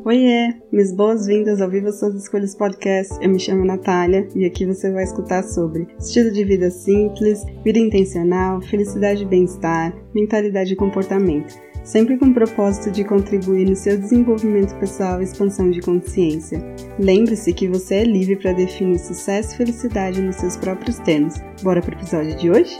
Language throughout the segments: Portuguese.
Oiê, minhas boas-vindas ao Viva Suas Escolhas Podcast. Eu me chamo Natália e aqui você vai escutar sobre estilo de vida simples, vida intencional, felicidade e bem-estar, mentalidade e comportamento, sempre com o propósito de contribuir no seu desenvolvimento pessoal e expansão de consciência. Lembre-se que você é livre para definir sucesso e felicidade nos seus próprios termos. Bora pro episódio de hoje?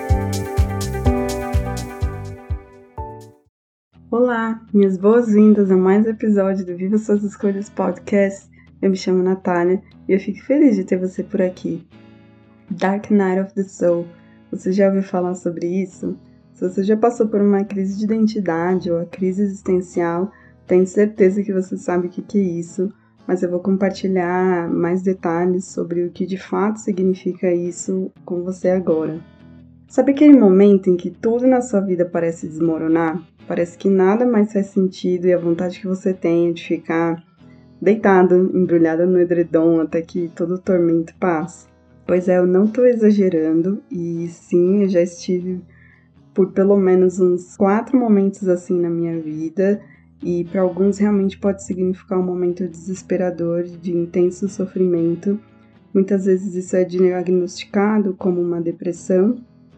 Olá, minhas boas-vindas a mais um episódio do Viva Suas Escolhas Podcast. Eu me chamo Natália e eu fico feliz de ter você por aqui. Dark Night of the Soul. Você já ouviu falar sobre isso? Se você já passou por uma crise de identidade ou a crise existencial, tenho certeza que você sabe o que é isso, mas eu vou compartilhar mais detalhes sobre o que de fato significa isso com você agora. Sabe aquele momento em que tudo na sua vida parece desmoronar? Parece que nada mais faz sentido e a vontade que você tem é de ficar deitado, embrulhado no edredom até que todo o tormento passe. Pois é, eu não estou exagerando e sim, eu já estive por pelo menos uns 4 momentos assim na minha vida e para alguns realmente pode significar um momento desesperador de intenso sofrimento. Muitas vezes isso é diagnosticado como uma depressão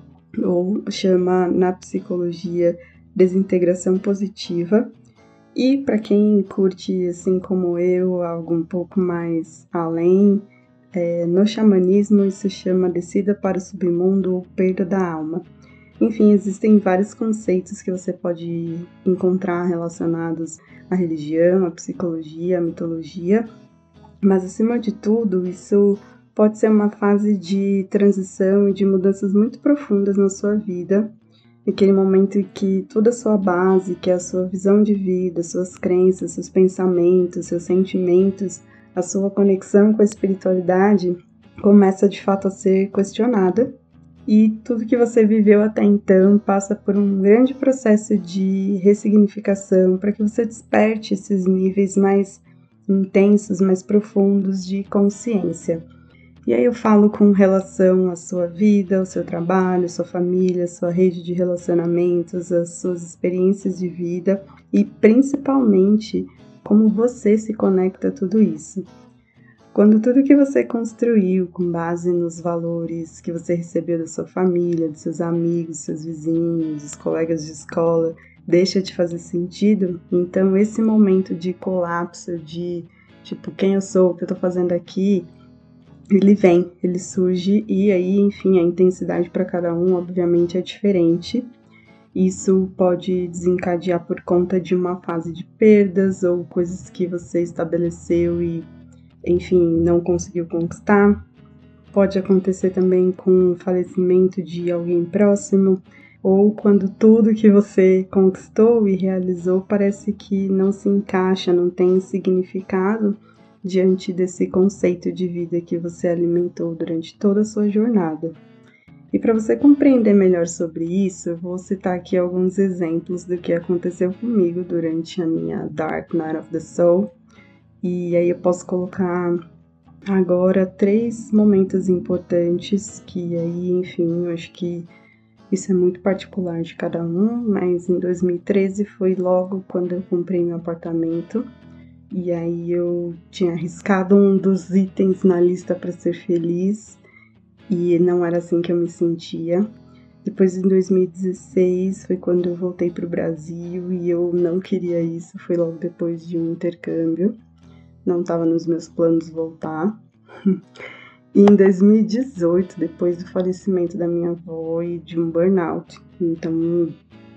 ou chama na psicologia desintegração positiva. E para quem curte, assim como eu, algo um pouco mais além, no xamanismo isso chama descida para o submundo ou perda da alma. Enfim, existem vários conceitos que você pode encontrar relacionados à religião, à psicologia, à mitologia, mas acima de tudo, isso pode ser uma fase de transição e de mudanças muito profundas na sua vida, aquele momento em que toda a sua base, que é a sua visão de vida, suas crenças, seus pensamentos, seus sentimentos, a sua conexão com a espiritualidade começa de fato a ser questionada. E tudo que você viveu até então passa por um grande processo de ressignificação para que você desperte esses níveis mais intensos, mais profundos de consciência. E aí eu falo com relação à sua vida, ao seu trabalho, sua família, sua rede de relacionamentos, as suas experiências de vida e principalmente como você se conecta a tudo isso. Quando tudo que você construiu com base nos valores que você recebeu da sua família, dos seus amigos, seus vizinhos, dos colegas de escola, deixa de fazer sentido, então esse momento de colapso, de tipo, quem eu sou, o que eu tô fazendo aqui, ele surge e aí, enfim, a intensidade para cada um, obviamente, é diferente. Isso pode desencadear por conta de uma fase de perdas ou coisas que você estabeleceu e, enfim, não conseguiu conquistar. Pode acontecer também com o falecimento de alguém próximo ou quando tudo que você conquistou e realizou parece que não se encaixa, não tem significado diante desse conceito de vida que você alimentou durante toda a sua jornada. E para você compreender melhor sobre isso, eu vou citar aqui alguns exemplos do que aconteceu comigo durante a minha Dark Night of the Soul. E aí eu posso colocar agora 3 momentos importantes que aí, enfim, eu acho que isso é muito particular de cada um, mas em 2013 foi logo quando eu comprei meu apartamento. E aí eu tinha arriscado um dos itens na lista para ser feliz e não era assim que eu me sentia. Depois, em 2016, foi quando eu voltei para o Brasil e eu não queria isso, foi logo depois de um intercâmbio. Não estava nos meus planos voltar. E em 2018, depois do falecimento da minha avó e de um burnout. Então,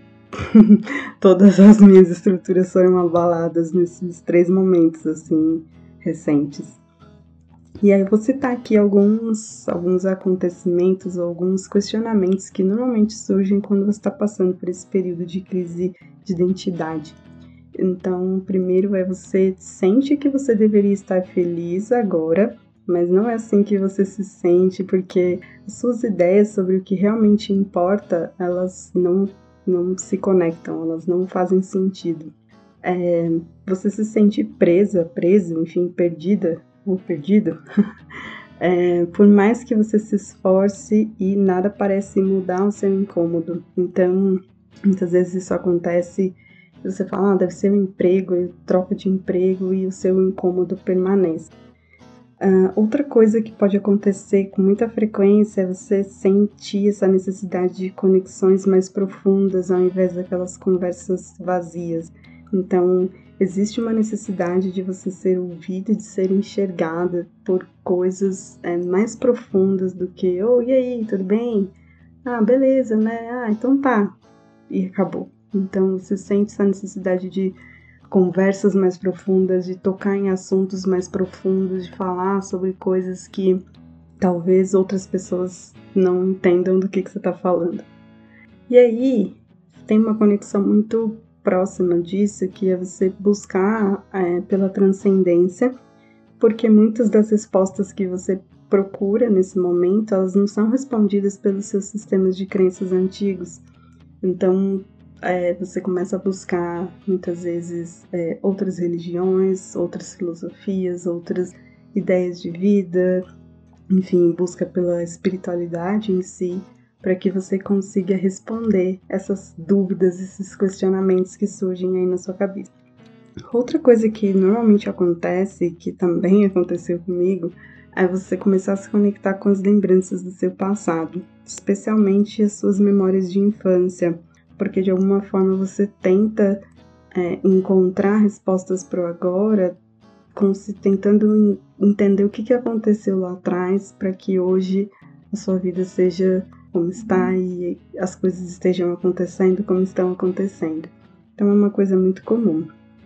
todas as minhas estruturas foram abaladas nesses 3 momentos, assim, recentes. E aí eu vou citar aqui alguns acontecimentos ou alguns questionamentos que normalmente surgem quando você está passando por esse período de crise de identidade. Então, primeiro você sente que você deveria estar feliz agora, mas não é assim que você se sente, porque as suas ideias sobre o que realmente importa, elas não se conectam, elas não fazem sentido. Você se sente preso, enfim, perdida ou perdido, por mais que você se esforce e nada parece mudar o seu incômodo. Então, muitas vezes isso acontece Você fala, deve ser um emprego, eu troco de emprego e o seu incômodo permanece. Outra coisa que pode acontecer com muita frequência é você sentir essa necessidade de conexões mais profundas ao invés daquelas conversas vazias. Então, existe uma necessidade de você ser ouvida, de ser enxergada por coisas mais profundas do que e aí, tudo bem? Beleza, né? Então tá. E acabou. Então, você sente essa necessidade de conversas mais profundas, de tocar em assuntos mais profundos, de falar sobre coisas que talvez outras pessoas não entendam do que você está falando. E aí, tem uma conexão muito próxima disso, que é você buscar pela transcendência, porque muitas das respostas que você procura nesse momento, elas não são respondidas pelos seus sistemas de crenças antigos. Então, você começa a buscar, muitas vezes, outras religiões, outras filosofias, outras ideias de vida, enfim, busca pela espiritualidade em si, para que você consiga responder essas dúvidas, esses questionamentos que surgem aí na sua cabeça. Outra coisa que normalmente acontece, que também aconteceu comigo, é você começar a se conectar com as lembranças do seu passado, especialmente as suas memórias de infância, porque de alguma forma você tenta encontrar respostas para o agora, tentando entender o que aconteceu lá atrás para que hoje a sua vida seja como está e as coisas estejam acontecendo como estão acontecendo. Então é uma coisa muito comum.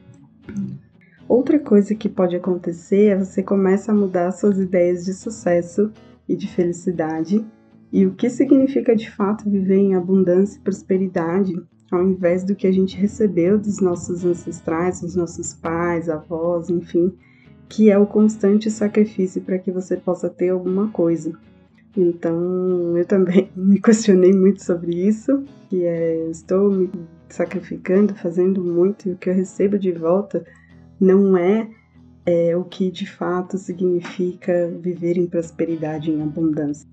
Outra coisa que pode acontecer é você começa a mudar suas ideias de sucesso e de felicidade e o que significa de fato viver em abundância e prosperidade, ao invés do que a gente recebeu dos nossos ancestrais, dos nossos pais, avós, enfim, que é o constante sacrifício para que você possa ter alguma coisa. Então, eu também me questionei muito sobre isso, que estou me sacrificando, fazendo muito, e o que eu recebo de volta não é o que de fato significa viver em prosperidade, em abundância.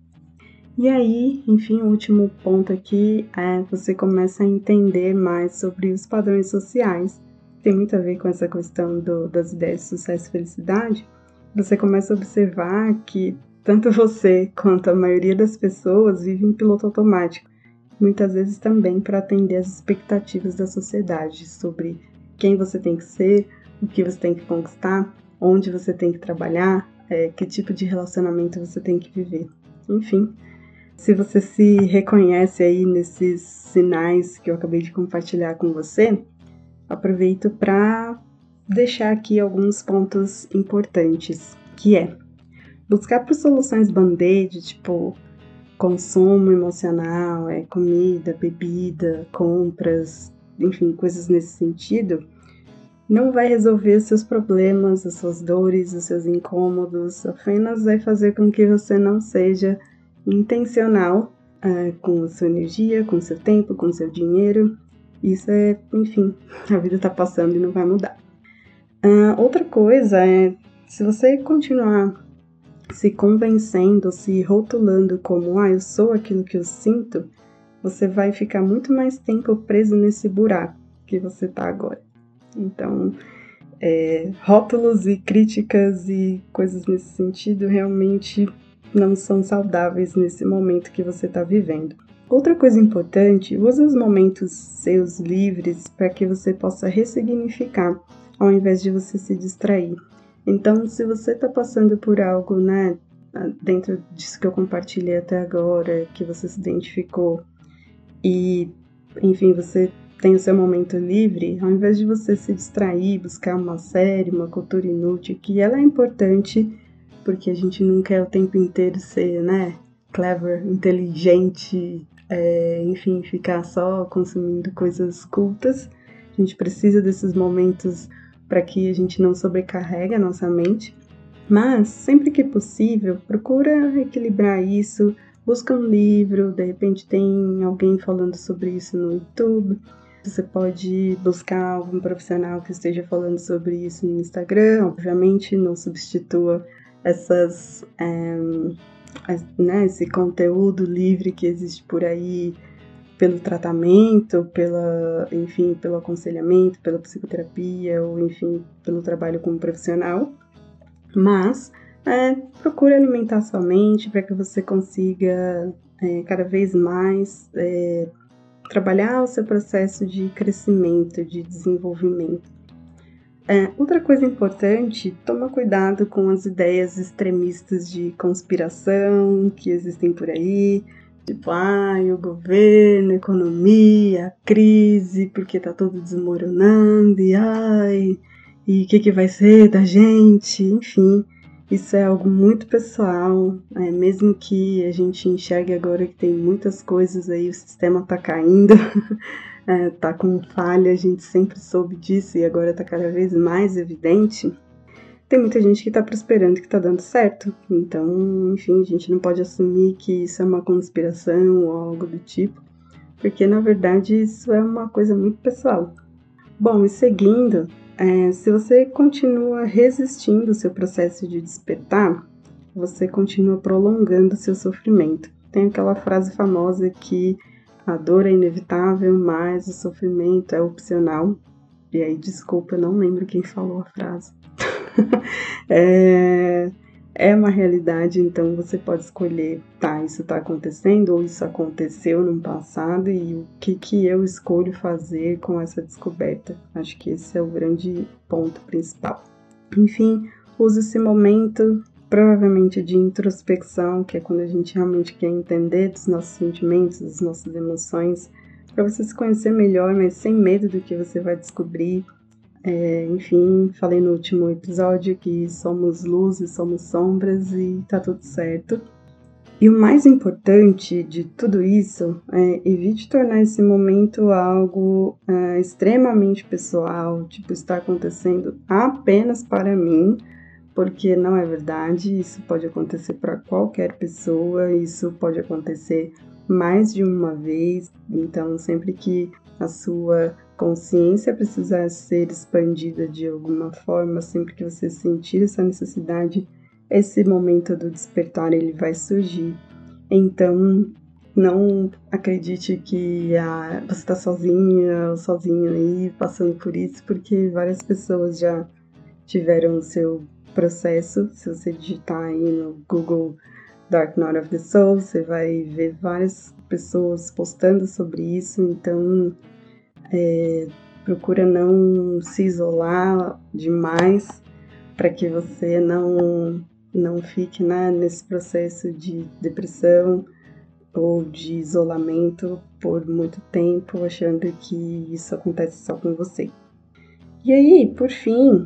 E aí, enfim, o último ponto aqui é você começa a entender mais sobre os padrões sociais. Tem muito a ver com essa questão das ideias de sucesso e felicidade. Você começa a observar que tanto você quanto a maioria das pessoas vivem em piloto automático, muitas vezes também para atender às expectativas da sociedade sobre quem você tem que ser, o que você tem que conquistar, onde você tem que trabalhar, que tipo de relacionamento você tem que viver. Enfim, se você se reconhece aí nesses sinais que eu acabei de compartilhar com você, aproveito para deixar aqui alguns pontos importantes, que é buscar por soluções band-aid, tipo consumo emocional, comida, bebida, compras, enfim, coisas nesse sentido, não vai resolver os seus problemas, as suas dores, os seus incômodos, apenas vai fazer com que você não seja intencional com a sua energia, com o seu tempo, com o seu dinheiro. Isso enfim, a vida tá passando e não vai mudar. Outra coisa é, se você continuar se convencendo, se rotulando como, eu sou aquilo que eu sinto, você vai ficar muito mais tempo preso nesse buraco que você tá agora. Então, rótulos e críticas e coisas nesse sentido realmente não são saudáveis nesse momento que você está vivendo. Outra coisa importante, use os momentos seus livres para que você possa ressignificar, ao invés de você se distrair. Então, se você está passando por algo, dentro disso que eu compartilhei até agora, que você se identificou e, enfim, você tem o seu momento livre, ao invés de você se distrair, buscar uma série, uma cultura inútil, que ela é importante, porque a gente não quer o tempo inteiro ser, clever, inteligente, enfim, ficar só consumindo coisas cultas. A gente precisa desses momentos para que a gente não sobrecarregue a nossa mente. Mas, sempre que possível, procura equilibrar isso, busca um livro, de repente tem alguém falando sobre isso no YouTube. Você pode buscar algum profissional que esteja falando sobre isso no Instagram. Obviamente, não substitua esse conteúdo livre que existe por aí pelo tratamento, pelo aconselhamento, pela psicoterapia, ou enfim, pelo trabalho como profissional. Mas procure alimentar sua mente para que você consiga cada vez mais trabalhar o seu processo de crescimento, de desenvolvimento. Outra coisa importante, toma cuidado com as ideias extremistas de conspiração que existem por aí, tipo, o governo, a economia, a crise, porque tá tudo desmoronando, e o que vai ser da gente, enfim. Isso é algo muito pessoal, mesmo que a gente enxergue agora que tem muitas coisas aí, o sistema tá caindo, tá com falha, a gente sempre soube disso e agora tá cada vez mais evidente. Tem muita gente que tá prosperando, que tá dando certo. Então, enfim, a gente não pode assumir que isso é uma conspiração ou algo do tipo, porque na verdade isso é uma coisa muito pessoal. Bom, e seguindo, se você continua resistindo ao seu processo de despertar, você continua prolongando o seu sofrimento. Tem aquela frase famosa que a dor é inevitável, mas o sofrimento é opcional. E aí, desculpa, eu não lembro quem falou a frase. É uma realidade, então você pode escolher, isso tá acontecendo ou isso aconteceu no passado e o que eu escolho fazer com essa descoberta. Acho que esse é o grande ponto principal. Enfim, use esse momento provavelmente de introspecção, que é quando a gente realmente quer entender dos nossos sentimentos, das nossas emoções, para você se conhecer melhor, mas sem medo do que você vai descobrir. Enfim, falei no último episódio que somos luz e somos sombras e tá tudo certo. E o mais importante de tudo isso é evite tornar esse momento algo extremamente pessoal, tipo, está acontecendo apenas para mim, porque não é verdade, isso pode acontecer para qualquer pessoa, isso pode acontecer mais de uma vez, então sempre que a sua consciência precisar ser expandida de alguma forma, sempre que você sentir essa necessidade, esse momento do despertar ele vai surgir. Então, não acredite que você está sozinha ou sozinho aí passando por isso, porque várias pessoas já tiveram o seu processo. Se você digitar aí no Google Dark Night of the Soul, você vai ver várias pessoas postando sobre isso, então procura não se isolar demais para que você não fique nesse processo de depressão ou de isolamento por muito tempo, achando que isso acontece só com você. E aí, por fim,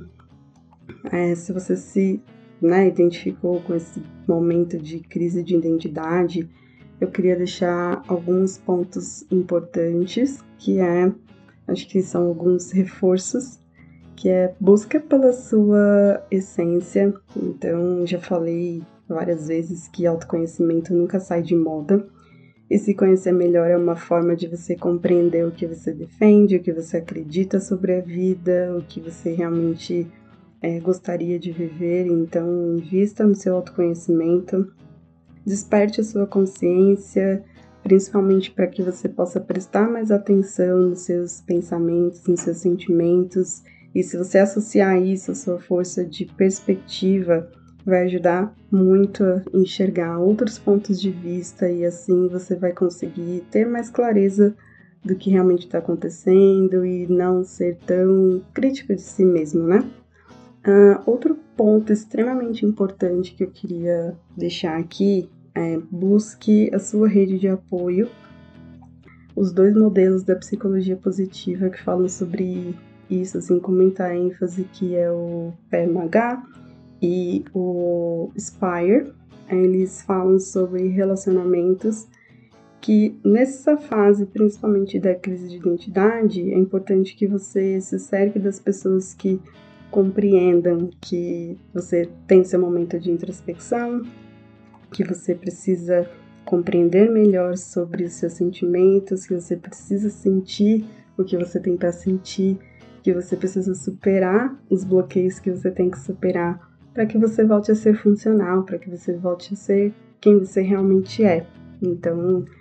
se você se identificou com esse momento de crise de identidade, eu queria deixar alguns pontos importantes, acho que são alguns reforços, que é busca pela sua essência. Então, já falei várias vezes que autoconhecimento nunca sai de moda. E se conhecer melhor é uma forma de você compreender o que você defende, o que você acredita sobre a vida, o que você realmente gostaria de viver. Então, invista no seu autoconhecimento, desperte a sua consciência, principalmente para que você possa prestar mais atenção nos seus pensamentos, nos seus sentimentos. E se você associar isso à sua força de perspectiva, vai ajudar muito a enxergar outros pontos de vista e assim você vai conseguir ter mais clareza do que realmente está acontecendo e não ser tão crítico de si mesmo, né? Outro ponto extremamente importante que eu queria deixar aqui é busque a sua rede de apoio. Os dois modelos da psicologia positiva que falam sobre isso, assim, com muita ênfase, que é o PMH e o Spire, eles falam sobre relacionamentos que nessa fase, principalmente da crise de identidade, é importante que você se cerque das pessoas que compreendam que você tem seu momento de introspecção, que você precisa compreender melhor sobre os seus sentimentos, que você precisa sentir o que você tem para sentir, que você precisa superar os bloqueios que você tem que superar para que você volte a ser funcional, para que você volte a ser quem você realmente é. Então,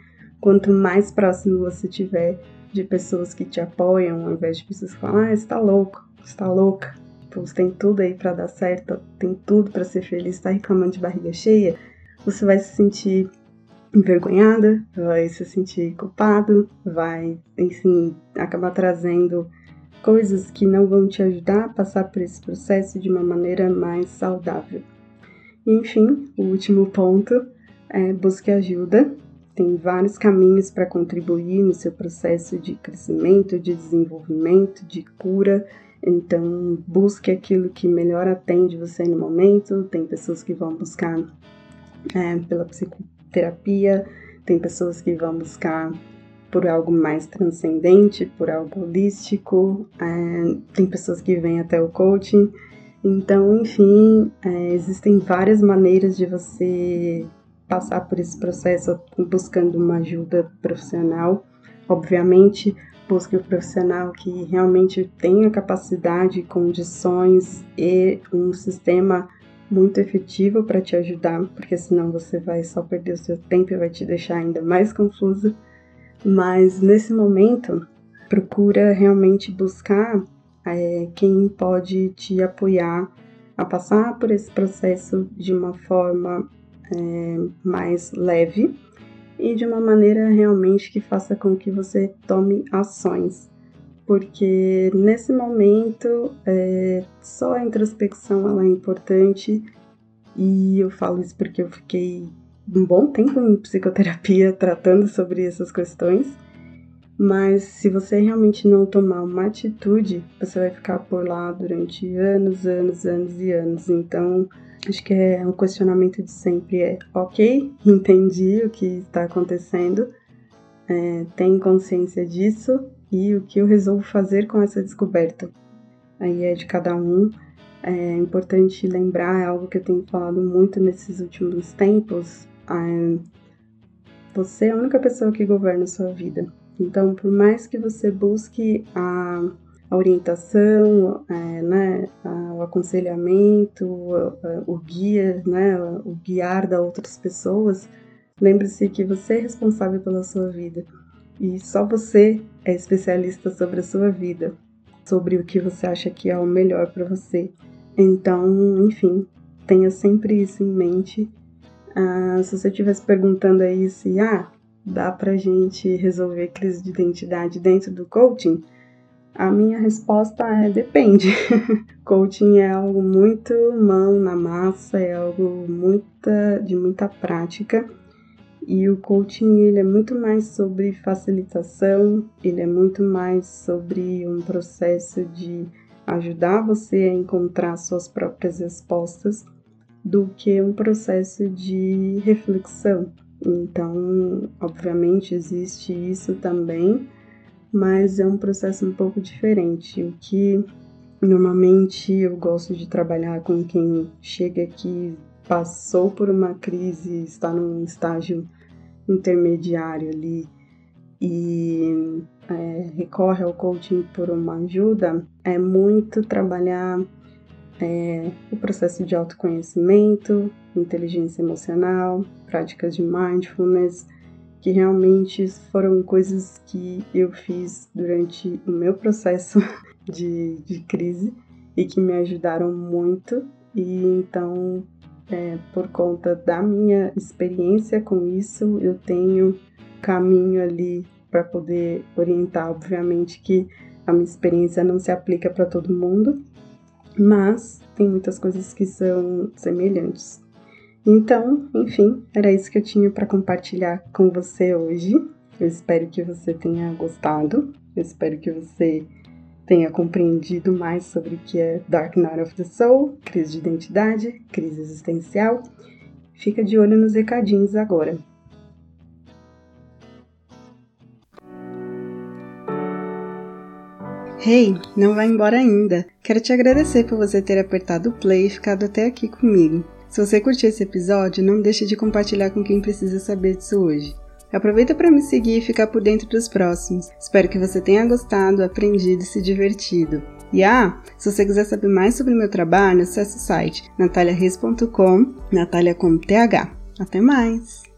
quanto mais próximo você tiver de pessoas que te apoiam, ao invés de pessoas que falam, você tá louco, você tá louca, você tem tudo aí pra dar certo, tem tudo pra ser feliz, tá reclamando de barriga cheia, você vai se sentir envergonhada, vai se sentir culpado, vai, enfim, acabar trazendo coisas que não vão te ajudar a passar por esse processo de uma maneira mais saudável. Enfim, o último ponto é busque ajuda. Tem vários caminhos para contribuir no seu processo de crescimento, de desenvolvimento, de cura. Então, busque aquilo que melhor atende você no momento. Tem pessoas que vão buscar pela psicoterapia, tem pessoas que vão buscar por algo mais transcendente, por algo holístico, tem pessoas que vêm até o coaching. Então, enfim, existem várias maneiras de você passar por esse processo buscando uma ajuda profissional. Obviamente, busque o profissional que realmente tenha capacidade, condições e um sistema muito efetivo para te ajudar, porque senão você vai só perder o seu tempo e vai te deixar ainda mais confusa. Mas nesse momento, procura realmente buscar quem pode te apoiar a passar por esse processo de uma forma mais leve e de uma maneira realmente que faça com que você tome ações. Porque nesse momento só a introspecção ela é importante, e eu falo isso porque eu fiquei um bom tempo em psicoterapia tratando sobre essas questões, mas se você realmente não tomar uma atitude, você vai ficar por lá durante anos e anos. Então, acho que um questionamento de sempre ok, entendi o que está acontecendo, tenho consciência disso, e o que eu resolvo fazer com essa descoberta? Aí é de cada um. É importante lembrar, é algo que eu tenho falado muito nesses últimos tempos, você é a única pessoa que governa a sua vida. Então, por mais que você busque a orientação, o aconselhamento, o guia, o guiar das outras pessoas, lembre-se que você é responsável pela sua vida. E só você é especialista sobre a sua vida, sobre o que você acha que é o melhor para você. Então, enfim, tenha sempre isso em mente. Se você estivesse perguntando aí se dá pra gente resolver crise de identidade dentro do coaching, a minha resposta é depende. Coaching é algo muito mão na massa, é algo de muita prática. E o coaching, ele é muito mais sobre facilitação, ele é muito mais sobre um processo de ajudar você a encontrar suas próprias respostas do que um processo de reflexão. Então, obviamente, existe isso também, mas é um processo um pouco diferente. O que normalmente eu gosto de trabalhar com quem chega aqui, passou por uma crise, está num estágio intermediário ali e recorre ao coaching por uma ajuda, é muito trabalhar o processo de autoconhecimento, inteligência emocional, práticas de mindfulness, que realmente foram coisas que eu fiz durante o meu processo de crise e que me ajudaram muito. E então, por conta da minha experiência com isso, eu tenho caminho ali para poder orientar. Obviamente que a minha experiência não se aplica para todo mundo, mas tem muitas coisas que são semelhantes. Então, enfim, era isso que eu tinha para compartilhar com você hoje. Eu espero que você tenha gostado, eu espero que você tenha compreendido mais sobre o que é Dark Night of the Soul, crise de identidade, crise existencial. Fica de olho nos recadinhos agora. Hey, não vai embora ainda! Quero te agradecer por você ter apertado o play e ficado até aqui comigo. Se você curtiu esse episódio, não deixe de compartilhar com quem precisa saber disso hoje. Aproveita para me seguir e ficar por dentro dos próximos. Espero que você tenha gostado, aprendido e se divertido. E se você quiser saber mais sobre o meu trabalho, acesse o site nataliareis.com, Natalia com TH. Até mais!